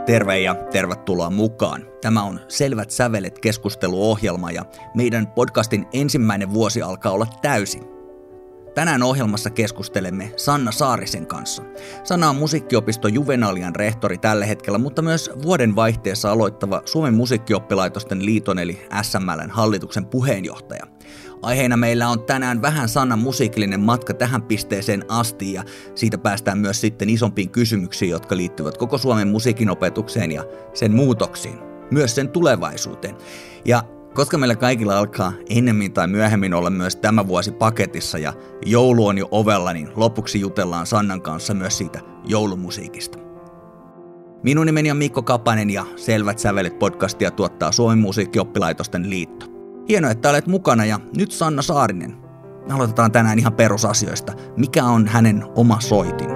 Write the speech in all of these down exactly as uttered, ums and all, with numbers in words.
Terve ja tervetuloa mukaan. Tämä on Selvät sävelet -keskusteluohjelma ja meidän podcastin ensimmäinen vuosi alkaa olla täysi. Tänään ohjelmassa keskustelemme Sanna Saarisen kanssa. Sanna on musiikkiopisto Juvenalian rehtori tällä hetkellä, mutta myös vuoden vaihteessa aloittava Suomen musiikkioppilaitosten liiton eli S M L:n hallituksen puheenjohtaja. Aiheena meillä on tänään vähän Sannan musiikillinen matka tähän pisteeseen asti ja siitä päästään myös sitten isompiin kysymyksiin, jotka liittyvät koko Suomen musiikin opetukseen ja sen muutoksiin, myös sen tulevaisuuteen. Ja koska meillä kaikilla alkaa ennemmin tai myöhemmin olla myös tämä vuosi paketissa ja joulu on jo ovella, niin lopuksi jutellaan Sannan kanssa myös siitä joulumusiikista. Minun nimeni on Mikko Kapanen ja Selvät sävelet -podcastia tuottaa Suomen musiikkioppilaitosten liitto. Hienoa, että olet mukana ja nyt Sanna Saarinen. Aloitetaan tänään ihan perusasioista. Mikä on hänen oma soitin?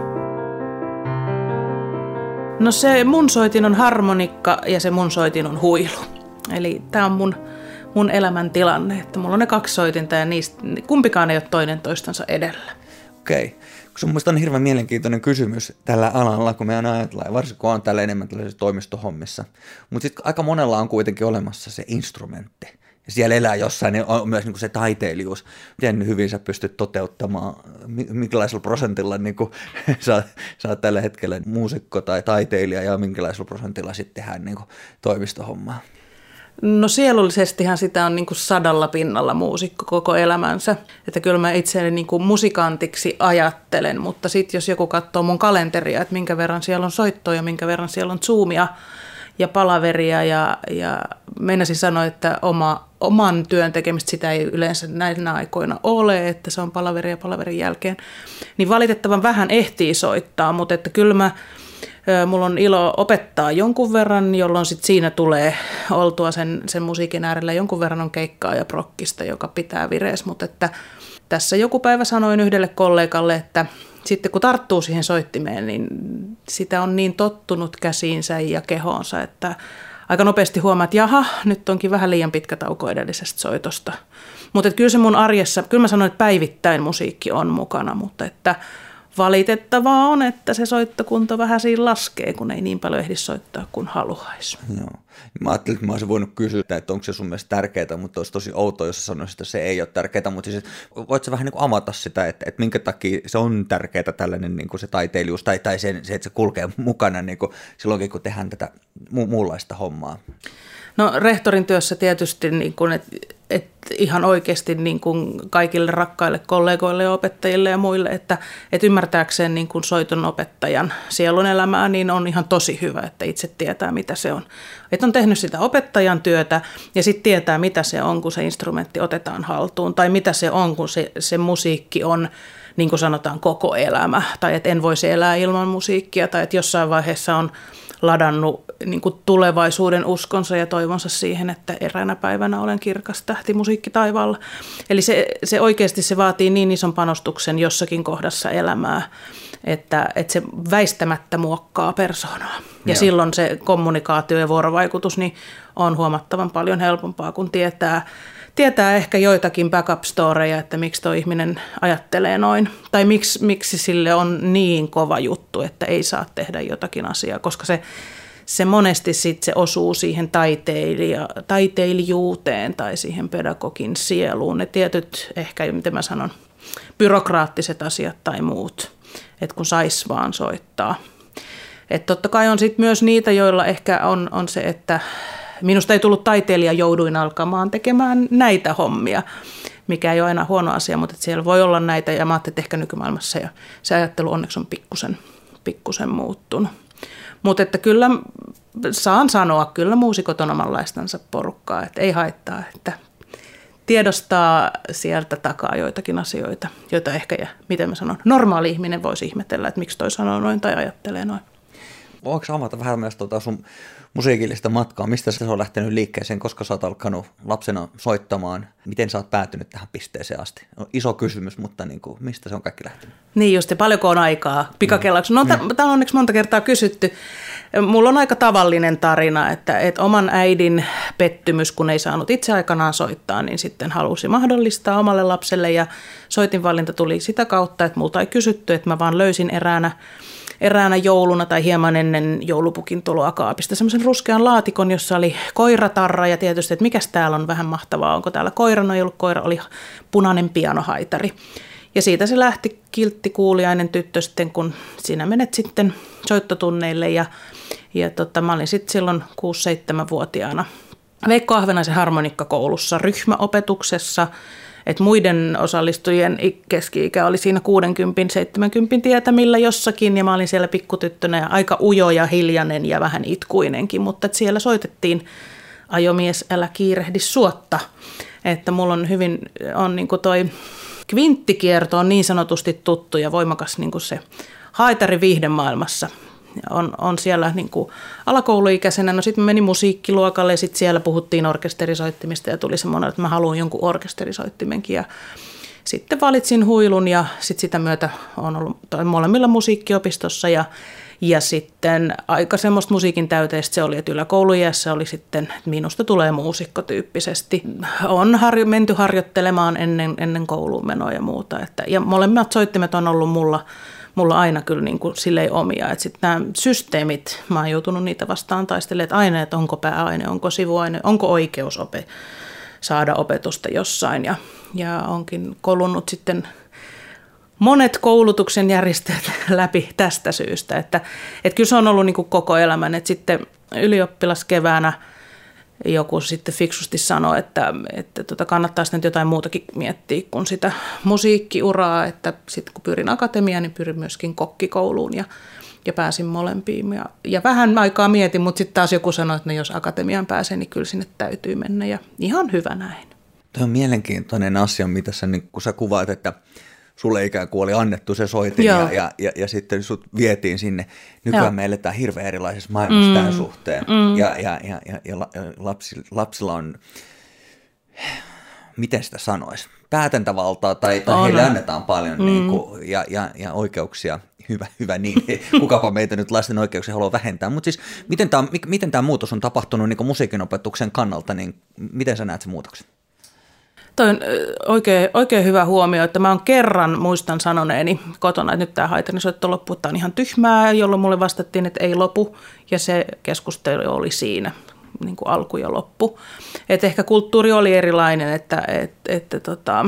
No se mun soitin on harmonikka ja se mun soitin on huilu. Eli tää on mun, mun elämäntilanne, että mulla on ne kaksi soitinta ja niistä kumpikaan ei ole toinen toistansa edellä. Okei. Se on mielestäni hirveän mielenkiintoinen kysymys tällä alalla, kun me aina ajatellaan, varsinkin kun on täällä enemmän tällaisissa toimistohommissa. Mutta sitten aika monella on kuitenkin olemassa se instrumentti. Ja siellä elää jossain, niin on myös niin kuin se taiteilijuus. Miten hyvin sä pystyt toteuttamaan, minkälaisella prosentilla niin kuin, sä, sä oot tällä hetkellä muusikko tai taiteilija ja minkälaisella prosentilla sitten tehdään niin kuin toimistohommaa? No sielullisestihan sitä on niin kuin sadalla pinnalla muusikko koko elämänsä. Että kyllä mä itseäni niin kuin musikantiksi ajattelen, mutta sitten jos joku katsoo mun kalenteria, että minkä verran siellä on soittoja ja minkä verran siellä on zoomia ja palaveria ja, ja meinasin sanoa, että oma, oman työn tekemistä sitä ei yleensä näinä aikoina ole, että se on palaveri ja palaverin jälkeen, niin valitettavan vähän ehtii soittaa, mutta että kyllä mä, mulla on ilo opettaa jonkun verran, jolloin sit siinä tulee oltua sen, sen musiikin äärellä. Jonkun verran on keikkaa ja prokkista, joka pitää vireessä, mutta että tässä joku päivä sanoin yhdelle kollegalle, että sitten kun tarttuu siihen soittimeen, niin sitä on niin tottunut käsiinsä ja kehoonsa, että aika nopeasti huomaa, että jaha, nyt onkin vähän liian pitkä tauko edellisestä soitosta. Mutta kyllä se mun arjessa, kyllä mä sanoin, että päivittäin musiikki on mukana, mutta että valitettavaa on, että se soittokunto vähän siinä laskee, kun ei niin paljon ehdi soittaa kuin haluaisi. Joo. Mä ajattelin, että mä olisin voinut kysyä, että onko se sun mielestä tärkeää, mutta olisi tosi outoa, jos sä sanoisit, että se ei ole tärkeää. Mutta siis, voit sä vähän niin kuin avata sitä, että, että minkä takia se on tärkeää tällainen niin kuin se taiteilijuus tai, tai se, se, että se kulkee mukana niin kuin silloinkin, kun tehdään tätä mu- muunlaista hommaa? No rehtorin työssä tietysti, niin kuin, että, että ihan oikeasti niin kuin kaikille rakkaille kollegoille ja opettajille ja muille, että, että ymmärtääkseen niin kuin soiton opettajan sielun elämää, niin on ihan tosi hyvä, että itse tietää, mitä se on. Että on tehnyt sitä opettajan työtä ja sitten tietää, mitä se on, kun se instrumentti otetaan haltuun, tai mitä se on, kun se, se musiikki on, niin kuin sanotaan, koko elämä, tai että en voisi elää ilman musiikkia, tai että jossain vaiheessa on ladannut niin kuin tulevaisuuden uskonsa ja toivonsa siihen, että eräänä päivänä olen kirkas tähti musiikkitaivaalla. Eli se, se oikeasti se vaatii niin ison panostuksen jossakin kohdassa elämää, että, että se väistämättä muokkaa persoonaa. Ja Joo. silloin se kommunikaatio ja vuorovaikutus niin on huomattavan paljon helpompaa, kun tietää, tietää ehkä joitakin backup-storeja, että miksi tuo ihminen ajattelee noin. Tai miksi, miksi sille on niin kova juttu, että ei saa tehdä jotakin asiaa, koska se, se monesti sitten se osuu siihen taiteilija, taiteilijuuteen tai siihen pedagogin sieluun. Ne tietyt ehkä, miten mä sanon, byrokraattiset asiat tai muut, että kun sais vaan soittaa. Että totta kai on sitten myös niitä, joilla ehkä on, on se, että minusta ei tullut taiteilija, jouduin alkamaan tekemään näitä hommia, mikä ei ole aina huono asia, mutta siellä voi olla näitä, ja mä ajattelin, että ehkä nykymaailmassa ja se ajattelu onneksi on pikkusen, pikkusen muuttunut. Mutta että kyllä saan sanoa, kyllä muusikot on omanlaistansa porukkaa, että ei haittaa, että tiedostaa sieltä takaa joitakin asioita, joita ehkä, ja miten mä sanon, normaali ihminen voisi ihmetellä, että miksi toi sanoo noin tai ajattelee noin. Voinko avata vähän myös tuota sun musiikillista matkaa. Mistä sä oot lähtenyt liikkeeseen, koska sä oot alkanut lapsena soittamaan? Miten sä oot päätynyt tähän pisteeseen asti? No, iso kysymys, mutta niin kuin, mistä se on kaikki lähtenyt? Niin just, ja paljonko on aikaa pikakellaksi? No, mm. tämä on onneksi monta kertaa kysytty. Mulla on aika tavallinen tarina, että, että oman äidin pettymys, kun ei saanut itse aikanaan soittaa, niin sitten halusi mahdollistaa omalle lapselle. Ja soitinvalinta tuli sitä kautta, että multa ei kysytty, että mä vaan löysin eräänä, eräänä jouluna tai hieman ennen joulupukin tuloa kaapista semmoisen ruskean laatikon, jossa oli koiratarra ja tietysti, että mikäs täällä on vähän mahtavaa, onko täällä koira, no ei ollut koira, oli punainen pianohaitari. Ja siitä se lähti kiltti kuuliainen tyttö sitten, kun sinä menet sitten soittotunneille ja, ja tota, mä olin sitten silloin kuusi seitsemän vuotiaana Veikko Ahvenaisen harmonikkakoulussa ryhmäopetuksessa, että muiden osallistujien keski-ikä oli siinä kuusikymmentä seitsemänkymmentä tietämillä jossakin ja mä olin siellä pikkutyttönä ja aika ujo ja hiljainen ja vähän itkuinenkin, mutta että siellä soitettiin Ajomies, älä kiirehdi suotta, että mulla on hyvin, on niin kuin toi kvinttikierto on niin sanotusti tuttu ja voimakas niin kuin se haitari viihdemaailmassa. On, on siellä niin kuin alakouluikäisenä, no sitten menin musiikkiluokalle ja sitten siellä puhuttiin orkesterisoittimista ja tuli semmoinen, että mä haluan jonkun orkesterisoittimenkin ja sitten valitsin huilun ja sitten sitä myötä olen ollut molemmilla musiikkiopistossa ja, ja sitten aika semmoista musiikin täyteistä se oli, että yläkouluiässä oli sitten, että minusta tulee muusikko tyyppisesti. On harjo, menty harjoittelemaan ennen, ennen kouluun menoa ja muuta että, ja molemmat soittimet on ollut mulla Mulla aina kyllä niin kuin silleen omia, että sitten nämä systeemit, mä oon joutunut niitä vastaan taistelemaan, että aine, että onko pääaine, onko sivuaine, onko oikeus ope, saada opetusta jossain. Ja, ja onkin kolunnut sitten monet koulutuksen järjestäjät läpi tästä syystä, että, että kyllä se on ollut niin kuin koko elämän, että sitten ylioppilaskeväänä joku sitten fiksusti sanoi, että, että tota kannattaa sitten jotain muutakin miettiä kuin sitä musiikkiuraa, että sitten kun pyrin akatemiaan, niin pyrin myöskin kokkikouluun ja, ja pääsin molempiin. Ja, ja vähän aikaa mietin, mutta sitten taas joku sanoi, että no jos akatemiaan pääsee, niin kyllä sinne täytyy mennä ja ihan hyvä näin. Tuo on mielenkiintoinen asia, mitä sä, niin kun sä kuvaat, että sulle ikään kuin oli annettu se soitin ja, ja, ja, ja sitten sut vietiin sinne. Nykyään Joo. me eletään hirveän erilaisessa maailmassa mm. tämän suhteen. Mm. Ja, ja, ja, ja, ja lapsi, lapsilla on, miten sitä sanoisi, päätäntävaltaa tai, tai heille annetaan paljon mm. niin kuin, ja, ja, ja oikeuksia. Hyvä, hyvä niin. Kukapa meitä nyt lasten oikeuksia haluaa vähentää. Mutta siis miten tämä, miten tämä muutos on tapahtunut niin kuin musiikinopetuksen kannalta, niin miten sä näet sen muutoksen? Toi on oikein, oikein hyvä huomio, että mä oon kerran muistan sanoneeni kotona, että nyt tämä haitarisoitto loppuu, että on ihan tyhmää, jolloin mulle vastattiin, että ei lopu, ja se keskustelu oli siinä, niin kuin alku ja loppu. Että ehkä kulttuuri oli erilainen, että, että, että tota,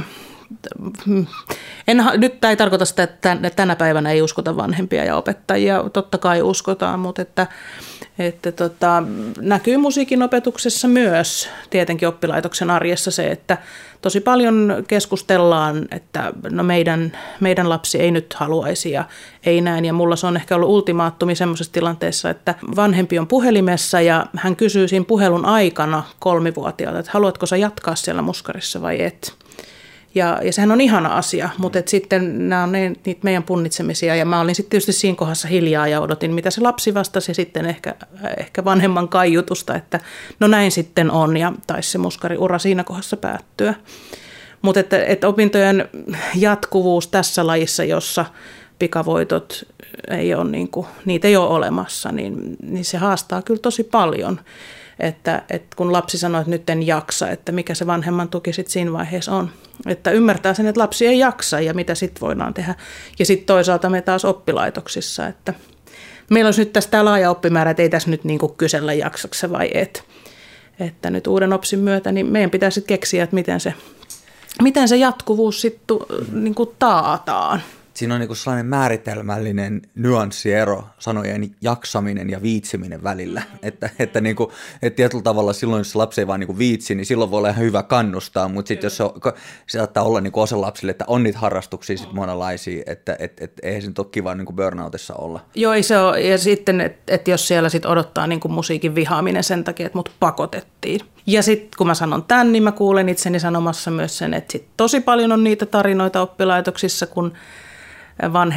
en, nyt tämä ei tarkoita sitä, että tänä päivänä ei uskota vanhempia ja opettajia, totta kai uskotaan, mutta että Että tota, näkyy musiikin opetuksessa myös tietenkin oppilaitoksen arjessa se, että tosi paljon keskustellaan, että no meidän, meidän lapsi ei nyt haluaisi ja ei näin. Ja mulla se on ehkä ollut ultimaattumi semmoisessa tilanteessa, että vanhempi on puhelimessa ja hän kysyy siinä puhelun aikana kolmivuotiaalta, että haluatko sä jatkaa siellä muskarissa vai et. Ja, ja sehän on ihana asia, mutta et sitten nämä on ne, niitä meidän punnitsemisia ja mä olin sitten tietysti siinä kohdassa hiljaa ja odotin, mitä se lapsi vastasi ja sitten ehkä, ehkä vanhemman kaiutusta, että no näin sitten on ja taisi se muskariura siinä kohdassa päättyä. Mutta että, että opintojen jatkuvuus tässä lajissa, jossa pikavoitot ei ole, niin kuin, niitä ei ole olemassa, niin, niin se haastaa kyllä tosi paljon. Että, että kun lapsi sanoo, että nyt en jaksa, että mikä se vanhemman tuki sitten siinä vaiheessa on. Että ymmärtää sen, että lapsi ei jaksa ja mitä sitten voidaan tehdä. Ja sitten toisaalta me taas oppilaitoksissa, että meillä olisi nyt tästä tämä laaja oppimäärä, että ei tässä nyt niinku kysellä jaksakse vai et. Että nyt uuden opsin myötä niin meidän pitää sitten keksiä, että miten se, miten se jatkuvuus sitten niinku taataan. Siinä on niin sellainen määritelmällinen nyanssiero sanojen jaksaminen ja viitsiminen välillä. Että, että, niin kuin, että tietyllä tavalla silloin, jos lapsi ei vaan niin viitsi, niin silloin voi olla ihan hyvä kannustaa. Mutta sitten jos se, on, se saattaa olla niin osa lapsille, että on niitä harrastuksia sit monenlaisia, että et, et, eihän se nyt ole kiva niin burnoutissa olla. Joo, ei se ole. Ja sitten, että et jos siellä sit odottaa niin musiikin vihaaminen sen takia, että mut pakotettiin. Ja sitten kun mä sanon tämän, niin mä kuulen itseni sanomassa myös sen, että sit tosi paljon on niitä tarinoita oppilaitoksissa, kun vanhemmat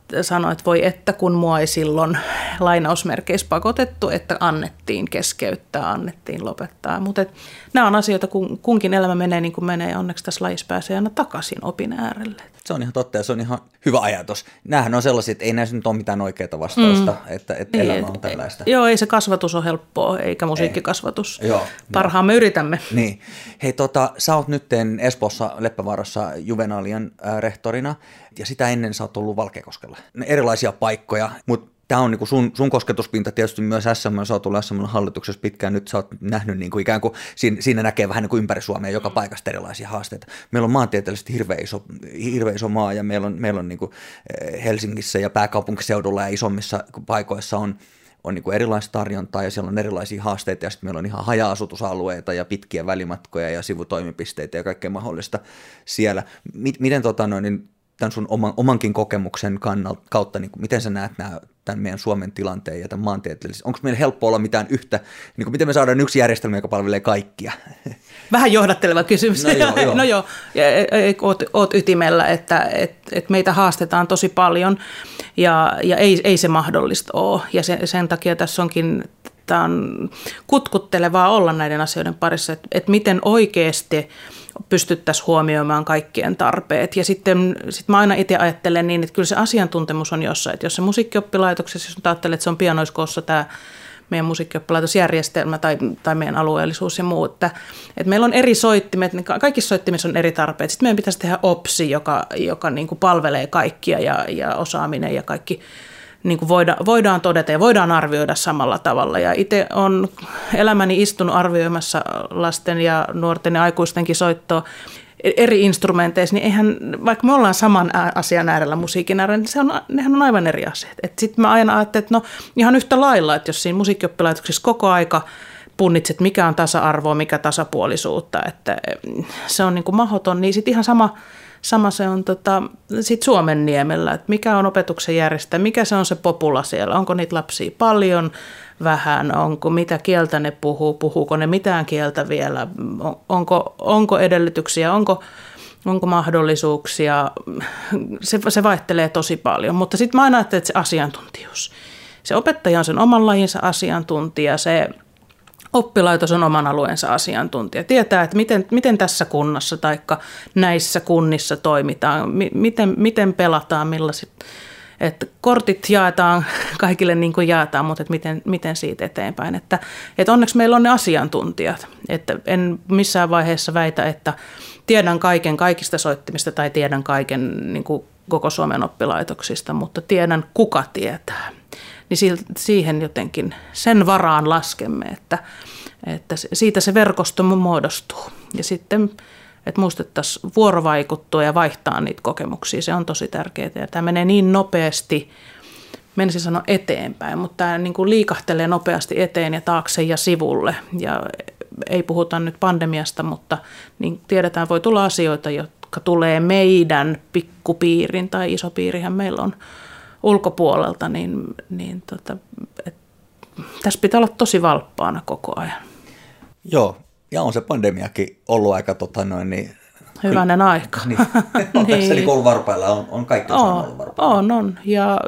sanoi, että voi että kun mua ei silloin lainausmerkeissä pakotettu, että annettiin keskeyttää, annettiin lopettaa. Mutta nämä on asioita, kun kunkin elämä menee niin kuin menee ja onneksi tässä lajissa pääsee aina takaisin opin äärelle. Se on ihan totta ja se on ihan hyvä ajatus. Nämähän on sellaisia, että ei näissä nyt ole mitään oikeaa vastausta, mm. että, että elämä on tällaista. Joo, ei se kasvatus ole helppoa, eikä musiikkikasvatus. Ei. Joo, Parhaamme joo. yritämme. Niin. Hei, tota, sä oot nyt Espoossa Leppävaarassa Juvenalian äh, rehtorina ja sitä ennen sä oot ollut Valkeakoskella. Erilaisia paikkoja, mutta tämä on niinku sun, sun kosketuspinta tietysti myös S M L, sä oot ollut S M L hallituksessa pitkään, nyt sä oot nähnyt niinku ikään kuin, siinä, siinä näkee vähän niin kuin ympäri Suomea joka paikasta erilaisia haasteita. Meillä on maantieteellisesti hirveän iso, hirveän iso maa ja meillä on, meillä on niinku Helsingissä ja pääkaupunkiseudulla ja isommissa paikoissa on, on niinku erilaista tarjontaa ja siellä on erilaisia haasteita ja sitten meillä on ihan haja-asutusalueita ja pitkiä välimatkoja ja sivutoimipisteitä ja kaikkea mahdollista siellä. Miten tota noin, niin tämän sun oman, omankin kokemuksen kannalta, kautta, niin kuin, miten sä näet nämä, tämän meidän Suomen tilanteen ja tämän maantieteellisen? Onko meillä helppo olla mitään yhtä, niin kuin, miten me saadaan yksi järjestelmä, joka palvelee kaikkia? Vähän johdatteleva kysymys. No joo, joo. no joo. Oot, oot ytimellä, että et, et meitä haastetaan tosi paljon ja, ja ei, ei se mahdollista ole. Ja sen, sen takia tässä onkin tämä on kutkuttelevaa olla näiden asioiden parissa, että, että miten oikeasti pystyttäisiin huomioimaan kaikkien tarpeet. Ja sitten sit mä aina itse ajattelen niin, että kyllä se asiantuntemus on jossain. Että jos se musiikkioppilaitoksessa, jos ajattelee, että se on Pianoiskoossa tämä meidän musiikkioppilaitosjärjestelmä tai, tai meidän alueellisuus ja muu, että, että meillä on eri soittimet, niin kaikissa soittimissa on eri tarpeet. Sitten meidän pitäisi tehdä opsi, joka, joka niin kuin palvelee kaikkia ja, ja osaaminen ja kaikki niin kuin voida, voidaan todeta ja voidaan arvioida samalla tavalla. Ja itse olen elämäni istunut arvioimassa lasten ja nuorten ja aikuistenkin soittoa eri instrumenteissa, niin eihän, vaikka me ollaan saman asian äärellä, musiikin äärellä, niin se on, nehän on aivan eri asiat. Sitten mä aina ajattelin, että no ihan yhtä lailla, että jos siinä musiikkioppilaitoksessa koko aika punnitset, mikä on tasa-arvoa, mikä tasapuolisuutta, että se on niin kuin mahdoton, niin sitten ihan sama, sama se on tota, sit Suomenniemellä, että mikä on opetuksen järjestäjä, mikä se on se popula siellä, onko niitä lapsia paljon, vähän, onko, mitä kieltä ne puhuu, puhuuko ne mitään kieltä vielä, onko, onko edellytyksiä, onko, onko mahdollisuuksia, se, se vaihtelee tosi paljon, mutta sitten mä aina ajattelen, että se asiantuntijuus, se opettaja on sen oman lajinsa asiantuntija, se oppilaitos on oman alueensa asiantuntija, tietää, että miten, miten tässä kunnassa tai näissä kunnissa toimitaan, miten, miten pelataan, millaiset, että kortit jaetaan kaikille niin kuin jaetaan, mutta että miten, miten siitä eteenpäin. Että, että onneksi meillä on ne asiantuntijat, että en missään vaiheessa väitä, että tiedän kaiken kaikista soittimista tai tiedän kaiken niin kuin koko Suomen oppilaitoksista, mutta tiedän kuka tietää. Niin siihen jotenkin sen varaan laskemme, että, että siitä se verkosto muodostuu. Ja sitten, että muistettaisiin vuorovaikuttua ja vaihtaa niitä kokemuksia, se on tosi tärkeää. Ja tämä menee niin nopeasti, menisin sanoa eteenpäin, mutta tämä niin kuin liikahtelee nopeasti eteen ja taakse ja sivulle. Ja ei puhuta nyt pandemiasta, mutta niin tiedetään, voi tulla asioita, jotka tulee meidän pikkupiirin tai isopiirihän meillä on ulkopuolelta, niin, niin tota, et, tässä pitää olla tosi valppaana koko ajan. Joo, ja on se pandemiakin ollut aika tota noin, niin hyvänen aika. Niin. On niin. Tässä eli ollut varpailla, on, on kaikki on, ollut varpailla. On, on. Ja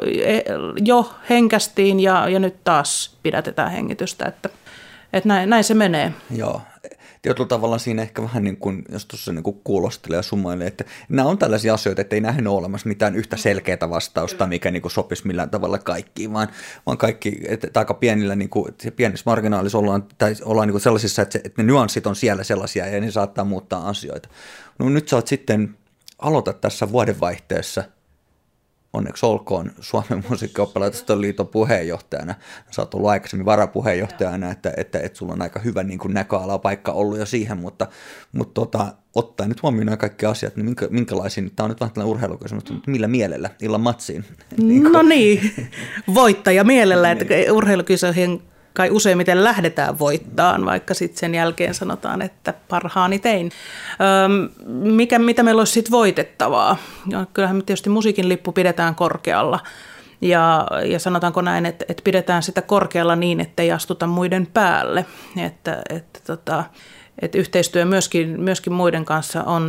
jo henkästiin ja, ja nyt taas pidätetään hengitystä, että, että näin, näin se menee. Joo. Tietyllä tavalla siinä ehkä vähän niin kuin, jos tuossa niin kuin kuulostelee ja summailee, että nämä on tällaisia asioita, että ei näihin ole olemassa mitään yhtä selkeää vastausta, mikä niin kuin sopisi millään tavalla kaikkiin, vaan, vaan kaikki, että aika pienillä, niin kuin, pienissä marginaalissa ollaan, tai ollaan niin kuin sellaisissa, että, se, että ne nyanssit on siellä sellaisia ja ne saattaa muuttaa asioita. No nyt sä oot sitten, aloita tässä vuodenvaihteessa, onneksi olkoon Suomen musiikkioppilaitosten liiton puheenjohtajana. Sä oot ollut aikaisemmin varapuheenjohtajana, että, että, että sulla on aika hyvä niin kuin näköala paikka ollut jo siihen, mutta, mutta tota, ottaen nyt huomioon nämä kaikki asiat, niin minkä, minkälaisia, tämä on nyt vähän tällainen urheilukysymys, mutta millä mielellä illan matsiin? niin no niin, voittaja mielellä, että urheilukisoihin kai useimmiten lähdetään voittaan, vaikka sitten sen jälkeen sanotaan, että parhaani tein. Öm, mikä, mitä meillä olisi sitten voitettavaa? Ja kyllähän me tietysti musiikin lippu pidetään korkealla. Ja, ja sanotaanko näin, että, että pidetään sitä korkealla niin, ettei astuta muiden päälle. Että, että, tota, että yhteistyö myöskin, myöskin muiden kanssa on,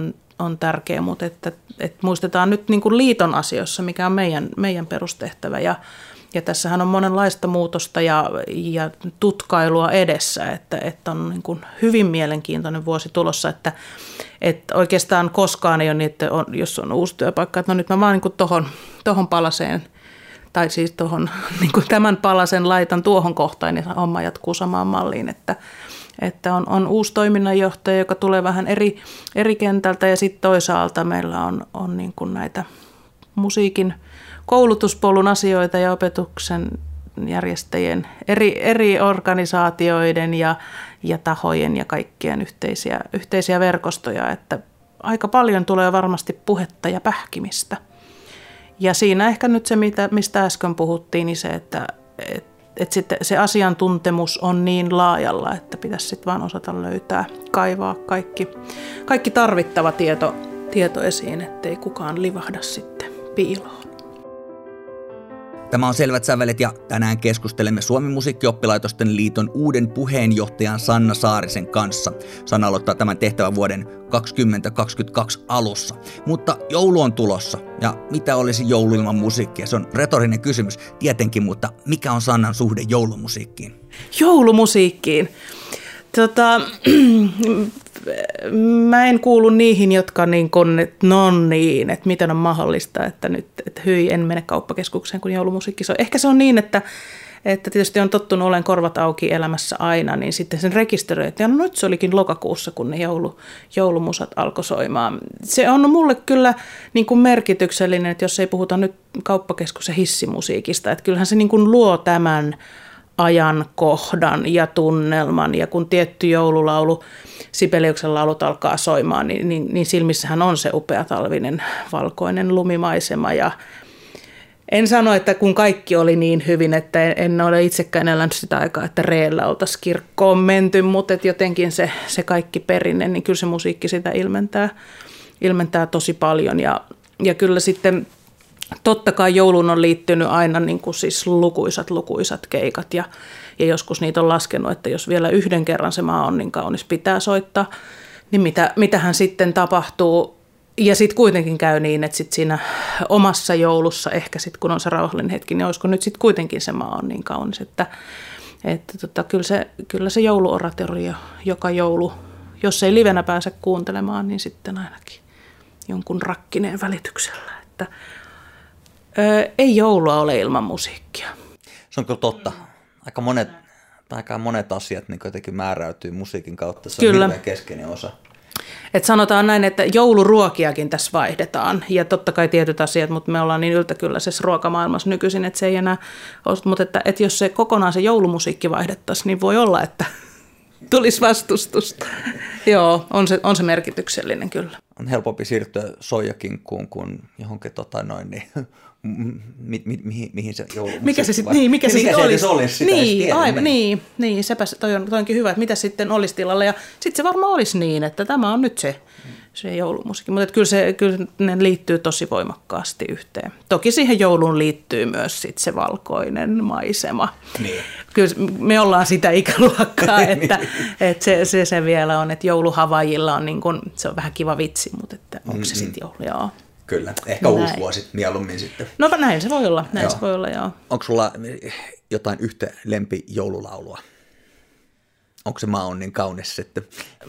on tärkeä, mutta että, että muistetaan nyt niin kuin liiton asioissa, mikä on meidän, meidän perustehtävä. Ja, ja tässähän on monenlaista muutosta ja, ja tutkailua edessä, että, että on niin kuin hyvin mielenkiintoinen vuosi tulossa, että, että oikeastaan koskaan ei ole niin, että on, jos on uusi työpaikka, että no nyt mä vaan niin kuin tohon, tohon palaseen, tai siis tohon, niin kuin tämän palasen laitan tuohon kohtaan, niin homma jatkuu samaan malliin, että Että on, on uusi toiminnanjohtaja, joka tulee vähän eri, eri kentältä ja sitten toisaalta meillä on, on niin kuin näitä musiikin koulutuspolun asioita ja opetuksen järjestäjien, eri, eri organisaatioiden ja, ja tahojen ja kaikkien yhteisiä, yhteisiä verkostoja, että aika paljon tulee varmasti puhetta ja pähkimistä. Ja siinä ehkä nyt se, mitä, mistä äsken puhuttiin, niin se, että, että Että sitten se asiantuntemus on niin laajalla, että pitäisi sitten vaan osata löytää, kaivaa kaikki, kaikki tarvittava tieto, tieto esiin, ettei kukaan livahda sitten piiloon. Tämä on Selvät sävelet ja tänään keskustelemme Suomen musiikkioppilaitosten liiton uuden puheenjohtajan Sanna Saarisen kanssa. Sanna aloittaa tämän tehtävän vuoden kaksituhattakaksikymmentäkaksi alussa. Mutta joulu on tulossa ja mitä olisi joulu ilman musiikkia? Se on retorinen kysymys tietenkin, mutta mikä on Sannan suhde joulumusiikkiin? Joulumusiikkiin? Tota, mä en kuulu niihin, jotka niin kuin, että no niin, että miten on mahdollista, että nyt että hyi, en mene kauppakeskukseen, kun joulumusiikki soi. Ehkä se on niin, että, että tietysti on tottunut olen korvat auki elämässä aina, niin sitten sen rekisteröi, että no nyt se olikin lokakuussa, kun ne joulu, joulumusat alkoi soimaan. Se on mulle kyllä niin kuin merkityksellinen, että jos ei puhuta nyt kauppakeskuksen hissimusiikista, että kyllähän se niin kuin luo tämän ajankohdan ja tunnelman, ja kun tietty joululaulu, Sibeliuksen laulut alkaa soimaan, niin, niin, niin silmissähän on se upea talvinen valkoinen lumimaisema, ja en sano, että kun kaikki oli niin hyvin, että en ole itsekään elänyt sitä aikaa, että reellä oltaisiin kirkkoon menty, mutta jotenkin se, se kaikki perinne, niin kyllä se musiikki sitä ilmentää, ilmentää tosi paljon, ja, ja kyllä sitten totta kai jouluun on liittynyt aina niin kuin siis lukuisat, lukuisat keikat ja, ja joskus niitä on laskenut, että jos vielä yhden kerran se maa on niin kaunis, pitää soittaa, niin mitä, mitähän sitten tapahtuu. Ja sitten kuitenkin käy niin, että sit siinä omassa joulussa, ehkä sitten kun on se rauhallinen hetki, niin olisiko nyt sitten kuitenkin se maa on niin kaunis, että, että tota, kyllä, se, kyllä se jouluoratorio joka joulu, jos ei livenä pääse kuuntelemaan, niin sitten ainakin jonkun rakkineen välityksellä, että Öö, ei joulua ole ilman musiikkia. Se on kyllä totta. Aika monet, aika monet asiat niin jotenkin määräytyy musiikin kautta. Se kyllä. On hirveän keskeinen osa. Et sanotaan näin, että jouluruokiakin tässä vaihdetaan. Ja totta kai tietyt asiat, mutta me ollaan niin yltäkylläisessä ruokamaailmassa nykyisin, että se ei enää ole. Mutta että, että jos se kokonaan se joulumusiikki vaihdettaisiin, niin voi olla, että tulisi vastustusta. Joo, on se, on se merkityksellinen kyllä. On helpompi siirtyä soijakinkkuun kuin johonkin tota noin, niin mi, mi, mi, mihin se joulumusiikki mikä se sitten niin, mikä se mikä sit olisi? olisi sitä niin, aivan, niin, niin, sepä toi on, toi onkin hyvä, että mitä sitten olisi tilalla. Ja sitten se varmaan olisi niin, että tämä on nyt se, se joulumusiikki. Mutta kyllä, se, kyllä ne liittyy tosi voimakkaasti yhteen. Toki siihen jouluun liittyy myös sit se valkoinen maisema. Niin. Kyllä me ollaan sitä ikäluokkaa, että, että se, se, se vielä on, että jouluhavajilla on, niin kuin, se on vähän kiva vitsi, mutta että onko mm-hmm. se sitten joulu, joo. Kyllä, ehkä näin. Uusi vuosi mieluummin sitten. No näin se voi olla, näin joo. se voi olla, joo. Onko sulla jotain yhtä lempijoululaulua? Onko se maa on niin kaunis sitten?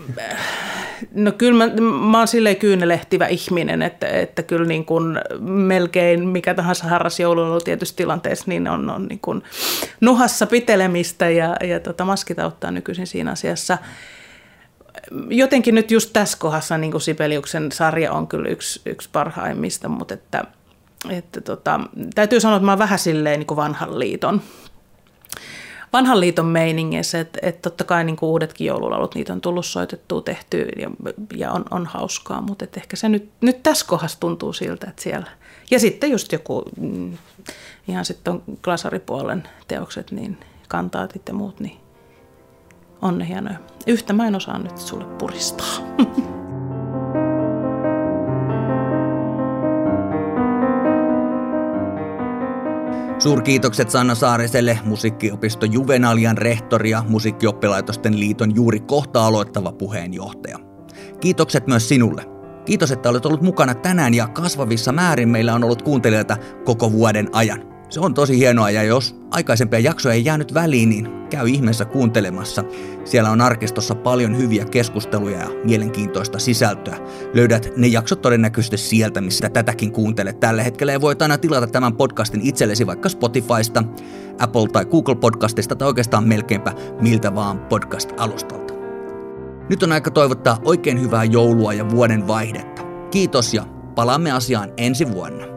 No kyllä mä, mä oon silleen kyynelehtivä ihminen, että, että kyllä niin kuin melkein mikä tahansa harras joululaulu tietysti tilanteessa, niin on, on niin kuin nuhassa pitelemistä ja, ja tota, maskit auttaa nykyisin siinä asiassa. Jotenkin nyt just tässä kohdassa niin kuin Sibeliuksen sarja on kyllä yksi, yksi parhaimmista, mutta että, että tota, täytyy sanoa, että mä oon vähän silleen niin kuin vanhan liiton. Vanhan liiton meiningeissä, että, että totta kai niin kuin uudetkin joululaulut, niitä on tullut soitettua, tehtyä ja, ja on, on hauskaa, mutta että ehkä se nyt, nyt tässä kohdassa tuntuu siltä, että siellä. Ja sitten just joku, mm, ihan sitten on glasaripuolen teokset, niin kantaatit ja muut, niin on ne hienoja. Yhtä mä en osaa nyt sulle puristaa. Suurkiitokset Sanna Saariselle, musiikkiopisto Juvenalian rehtori ja musiikkioppilaitosten liiton juuri kohta aloittava puheenjohtaja. Kiitokset myös sinulle. Kiitos, että olet ollut mukana tänään ja kasvavissa määrin meillä on ollut kuuntelijoita koko vuoden ajan. Se on tosi hienoa ja jos aikaisempia jaksoja ei jäänyt väliin, niin käy ihmeessä kuuntelemassa. Siellä on arkistossa paljon hyviä keskusteluja ja mielenkiintoista sisältöä. Löydät ne jaksot todennäköisesti sieltä, missä tätäkin kuuntelet tällä hetkellä ja voit aina tilata tämän podcastin itsellesi vaikka Spotifysta, Apple tai Google Podcastista tai oikeastaan melkeinpä miltä vaan podcast-alustalta. Nyt on aika toivottaa oikein hyvää joulua ja vuoden vaihdetta. Kiitos ja palaamme asiaan ensi vuonna.